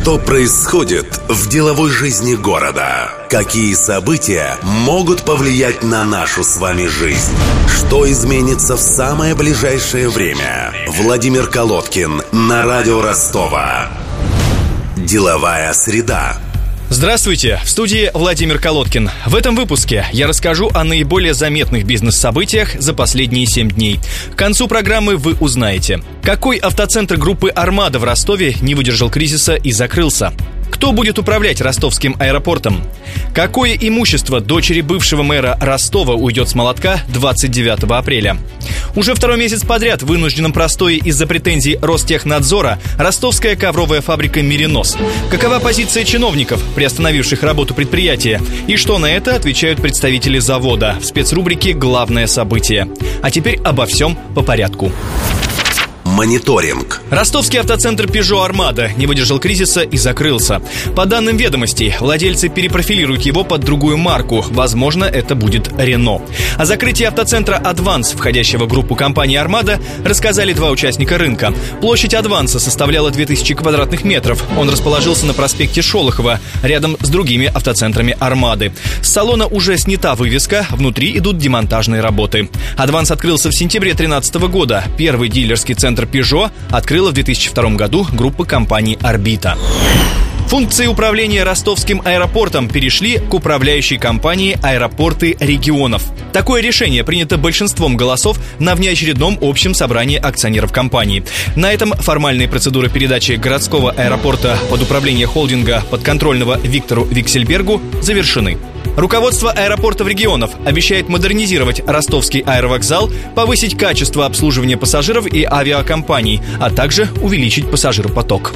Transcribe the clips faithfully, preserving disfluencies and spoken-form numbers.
Что происходит в деловой жизни города? Какие события могут повлиять на нашу с вами жизнь? Что изменится в самое ближайшее время? Владимир Колодкин на радио Ростова. Деловая среда. Здравствуйте, в студии Владимир Колодкин. В этом выпуске я расскажу о наиболее заметных бизнес-событиях за последние семь дней. К концу программы вы узнаете, какой автоцентр группы «Армада» в Ростове не выдержал кризиса и закрылся. Кто будет управлять ростовским аэропортом? Какое имущество дочери бывшего мэра Ростова уйдет с молотка двадцать девятого апреля? Уже второй месяц подряд в вынужденном простое из-за претензий Ростехнадзора ростовская ковровая фабрика «Меринос». Какова позиция чиновников, приостановивших работу предприятия? И что на это отвечают представители завода в спецрубрике «Главное событие». А теперь обо всем по порядку. Мониторинг. Ростовский автоцентр Peugeot Armada не выдержал кризиса и закрылся. По данным ведомостей, владельцы перепрофилируют его под другую марку. Возможно, это будет Renault. О закрытии автоцентра Advance, входящего в группу компании Armada, рассказали два участника рынка. Площадь Advance составляла две тысячи квадратных метров. Он расположился на проспекте Шолохова, рядом с другими автоцентрами Армады. С салона уже снята вывеска, внутри идут демонтажные работы. Advance открылся в сентябре две тысячи тринадцатого года. Первый дилерский центр Peugeot открыла в две тысячи втором году группа компаний «Орбита». Функции управления ростовским аэропортом перешли к управляющей компании «Аэропорты регионов». Такое решение принято большинством голосов на внеочередном общем собрании акционеров компании. На этом формальные процедуры передачи городского аэропорта под управление холдинга подконтрольного Виктору Виксельбергу завершены. Руководство аэропортов регионов обещает модернизировать ростовский аэровокзал, повысить качество обслуживания пассажиров и авиакомпаний, а также увеличить пассажиропоток.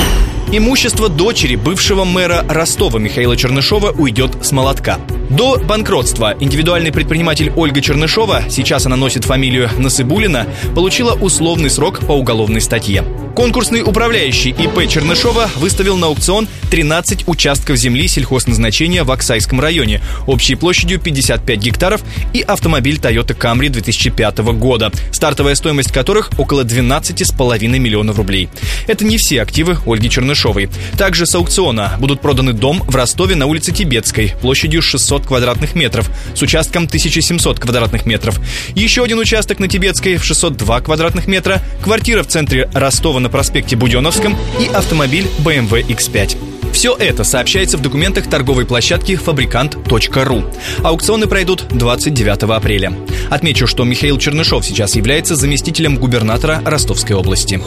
Имущество дочери бывшего мэра Ростова Михаила Чернышова уйдет с молотка. До банкротства индивидуальный предприниматель Ольга Чернышова, сейчас она носит фамилию Насыбулина, получила условный срок по уголовной статье. Конкурсный управляющий ИП Чернышова выставил на аукцион тринадцать участков земли сельхозназначения в Аксайском районе, общей площадью пятьдесят пять гектаров, и автомобиль Toyota Camry две тысячи пятого года, стартовая стоимость которых около двенадцать с половиной миллионов рублей. Это не все активы Ольги Чернышовой. Также с аукциона будут проданы дом в Ростове на улице Тибетской площадью шестьсот квадратных метров с участком тысяча семьсот квадратных метров. Еще один участок на Тибетской в шестьсот два квадратных метра, квартира в центре Ростова на проспекте Буденновском и автомобиль бэ эм вэ икс пять. Все это сообщается в документах торговой площадки фабрикант точка ру. Аукционы пройдут двадцать девятого апреля. Отмечу, что Михаил Чернышов сейчас является заместителем губернатора Ростовской области.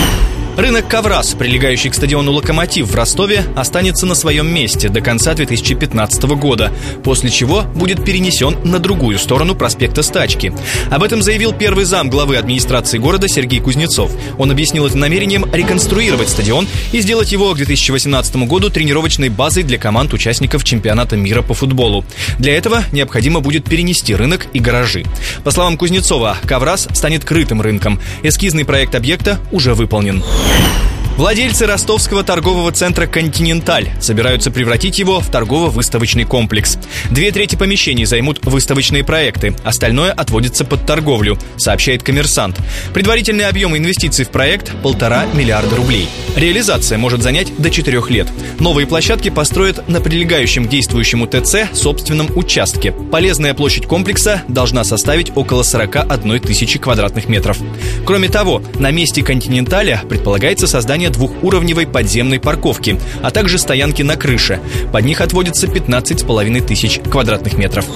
Рынок «Коврас», прилегающий к стадиону «Локомотив» в Ростове, останется на своем месте до конца две тысячи пятнадцатого года, после чего будет перенесен на другую сторону проспекта Стачки. Об этом заявил первый зам главы администрации города Сергей Кузнецов. Он объяснил это намерением реконструировать стадион и сделать его к две тысячи восемнадцатому году тренировочной базой для команд участников чемпионата мира по футболу. Для этого необходимо будет перенести рынок и гаражи. По словам Кузнецова, «Коврас» станет крытым рынком. Эскизный проект объекта уже выполнен. Владельцы ростовского торгового центра «Континенталь» собираются превратить его в торгово-выставочный комплекс. Две трети помещений займут выставочные проекты, остальное отводится под торговлю, сообщает «Коммерсант». Предварительный объем инвестиций в проект – полтора миллиарда рублей. Реализация может занять до четырех лет. Новые площадки построят на прилегающем к действующему ТЦ собственном участке. Полезная площадь комплекса должна составить около сорок одна тысяча квадратных метров. Кроме того, на месте «Континенталя» предполагается создание двухуровневой подземной парковки, а также стоянки на крыше. Под них отводится пятнадцать с половиной тысяч квадратных метров.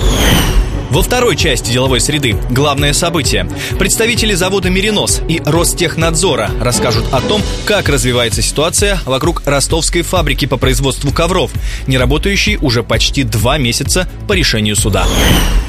Во второй части деловой среды главное событие. Представители завода «Меринос» и Ростехнадзора расскажут о том, как развивается ситуация вокруг ростовской фабрики по производству ковров, не работающей уже почти два месяца по решению суда.